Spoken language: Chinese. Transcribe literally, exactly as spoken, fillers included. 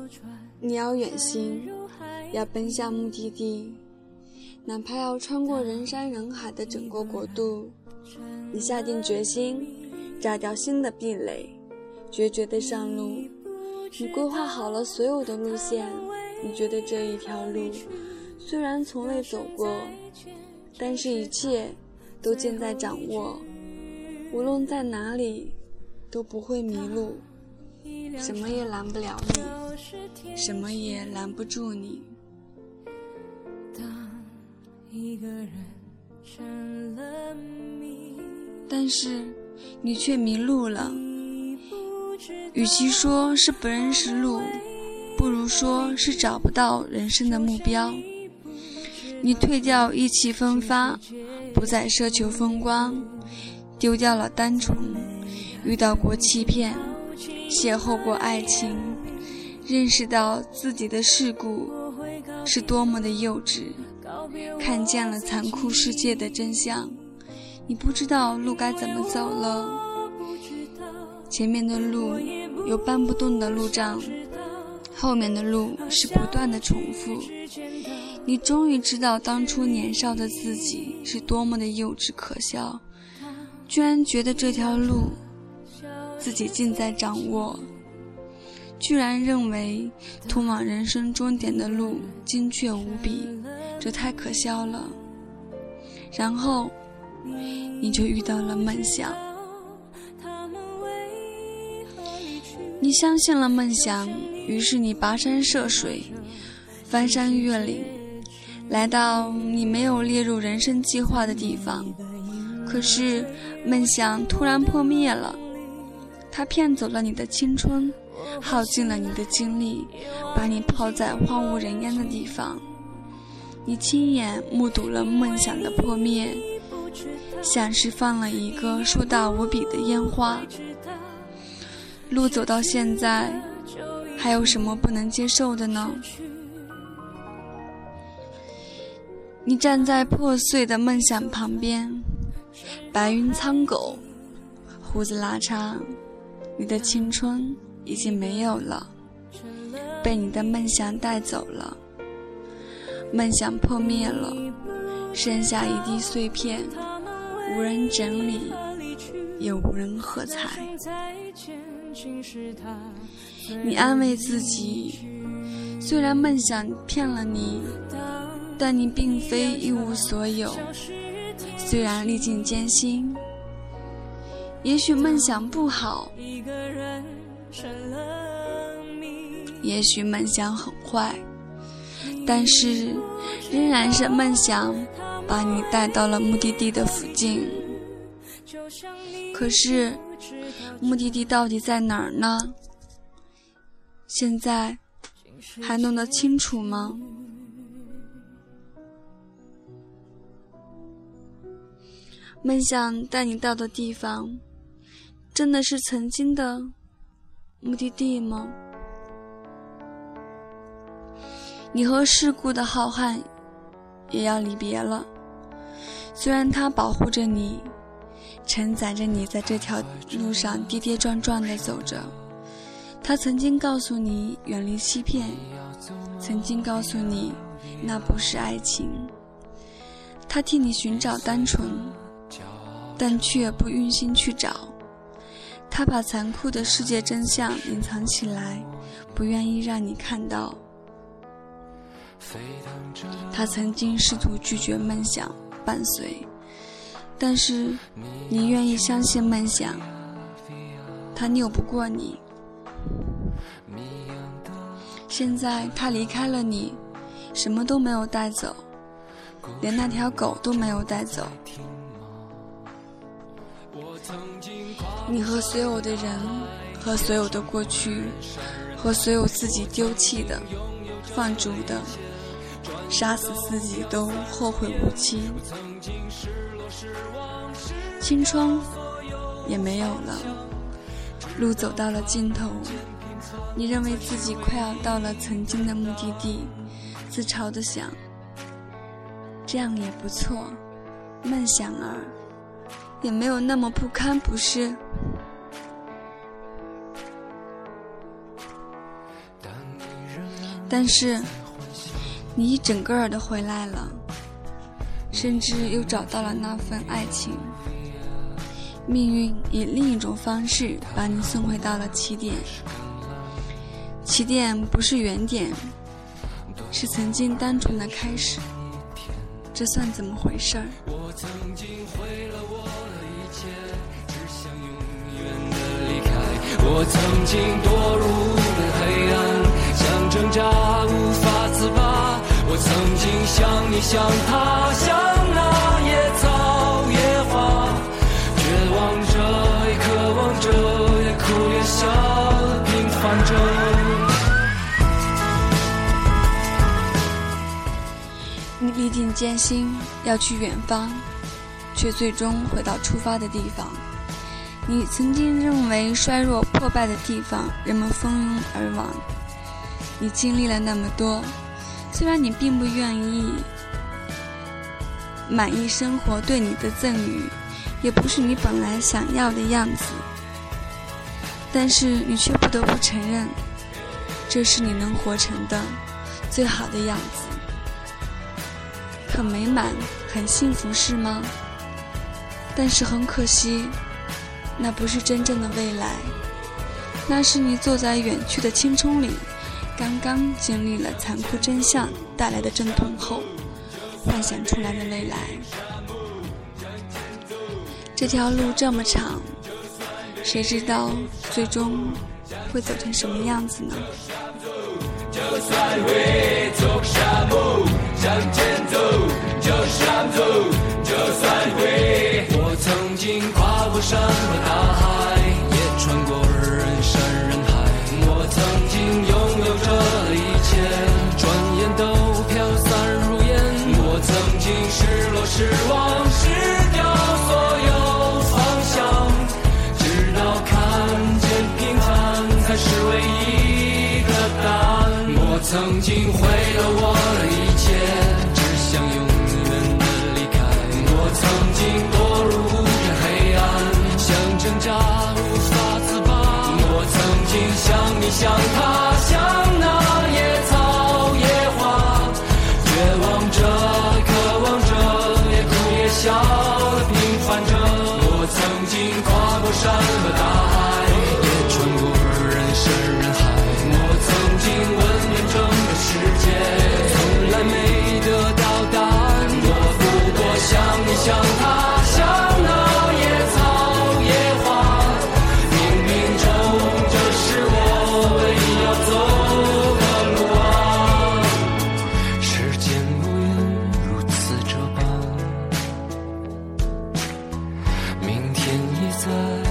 你要远行，要奔向目的地，哪怕要穿过人山人海的整个国度，你下定决心炸掉新的壁垒，决绝地上路。你规划好了所有的路线，你觉得这一条路虽然从未走过，但是一切都尽在掌握，无论在哪里都不会迷路，什么也拦不了你，什么也拦不住你。当一个人成了谜，但是你却迷路了。与其说是不认识路，不如说是找不到人生的目标。你退掉意气风发，不再奢求风光，丢掉了单纯，遇到过欺骗，邂逅过爱情，认识到自己的世故是多么的幼稚，看见了残酷世界的真相。你不知道路该怎么走了，前面的路有搬不动的路障，后面的路是不断的重复。你终于知道当初年少的自己是多么的幼稚可笑，居然觉得这条路自己尽在掌握，居然认为通往人生终点的路精确无比，这太可笑了。然后你就遇到了梦想，你相信了梦想，于是你跋山涉水，翻山越岭，来到你没有列入人生计划的地方。可是梦想突然破灭了，它骗走了你的青春，耗尽了你的精力，把你抛在荒无人烟的地方。你亲眼目睹了梦想的破灭，像是放了一个硕大无比的烟花。路走到现在，还有什么不能接受的呢？你站在破碎的梦想旁边，白云苍狗，胡子拉碴，你的青春已经没有了，被你的梦想带走了。梦想破灭了，剩下一地碎片，无人整理，也无人喝彩。你安慰自己，虽然梦想骗了你，但你并非一无所有。虽然历尽艰辛，也许梦想不好，也许梦想很坏，但是仍然是梦想把你带到了目的地的附近。可是目的地到底在哪儿呢？现在还弄得清楚吗？梦想带你到的地方，真的是曾经的目的地吗？你和世故的浩瀚也要离别了，虽然它保护着你，承载着你在这条路上跌跌撞撞地走着。他曾经告诉你远离欺骗，曾经告诉你那不是爱情。他替你寻找单纯，但却不用心去找。他把残酷的世界真相隐藏起来，不愿意让你看到。他曾经试图拒绝梦想伴随，但是你愿意相信梦想，他拗不过你。现在他离开了你，什么都没有带走，连那条狗都没有带走。你和所有的人，和所有的过去，和所有自己丢弃的、放逐的，杀死自己都后会无期。青春也没有了，路走到了尽头，你认为自己快要到了曾经的目的地，自嘲地想，这样也不错，梦想儿也没有那么不堪，不是？ 但是你一整个儿的回来了，甚至又找到了那份爱情。命运以另一种方式把你送回到了起点，起点不是原点，是曾经单纯的开始，这算怎么回事儿？ 我曾经毁了我的一切，只想永远的离开。我曾经堕入的黑暗，想挣扎无法自拔。我曾经像你像他，像那野草野花，绝望着也渴望着，也哭也笑，平凡着。 你历尽艰辛要去远方，却最终回到出发的地方。你曾经认为衰弱破败的地方人们蜂拥而往，你经历了那么多，虽然你并不愿意满意生活对你的赠予，也不是你本来想要的样子，但是你却不得不承认，这是你能活成的最好的样子。很美满，很幸福，是吗？但是很可惜，那不是真正的未来，那是你坐在远去的青葱里，刚刚经历了残酷真相带来的阵痛后幻想出来的未来。这条路这么长，谁知道最终会走成什么样子呢？ 就算会走沙漠，向前走，就上走，就算会。我曾经跨过山和大海，也穿过人山人海。我曾经拥有着一切，转眼都飘散如烟。我曾经失落失望失掉所有方向，直到看见平凡才是唯一的答案。我曾经毁了我的一切，只想永远的离开。我曾经堕入这黑暗，想挣扎无法自拔。我曾经像你像他，像那野草野花，绝望着渴望着，也哭也笑地平凡着。我曾经跨过山和大海，也穿过人山人海。我曾经问整个世界，从来没得到答案。我不过像你像他，像那野草野花，冥冥中这是我唯一要走的路啊。时间无言如此这般，明天已在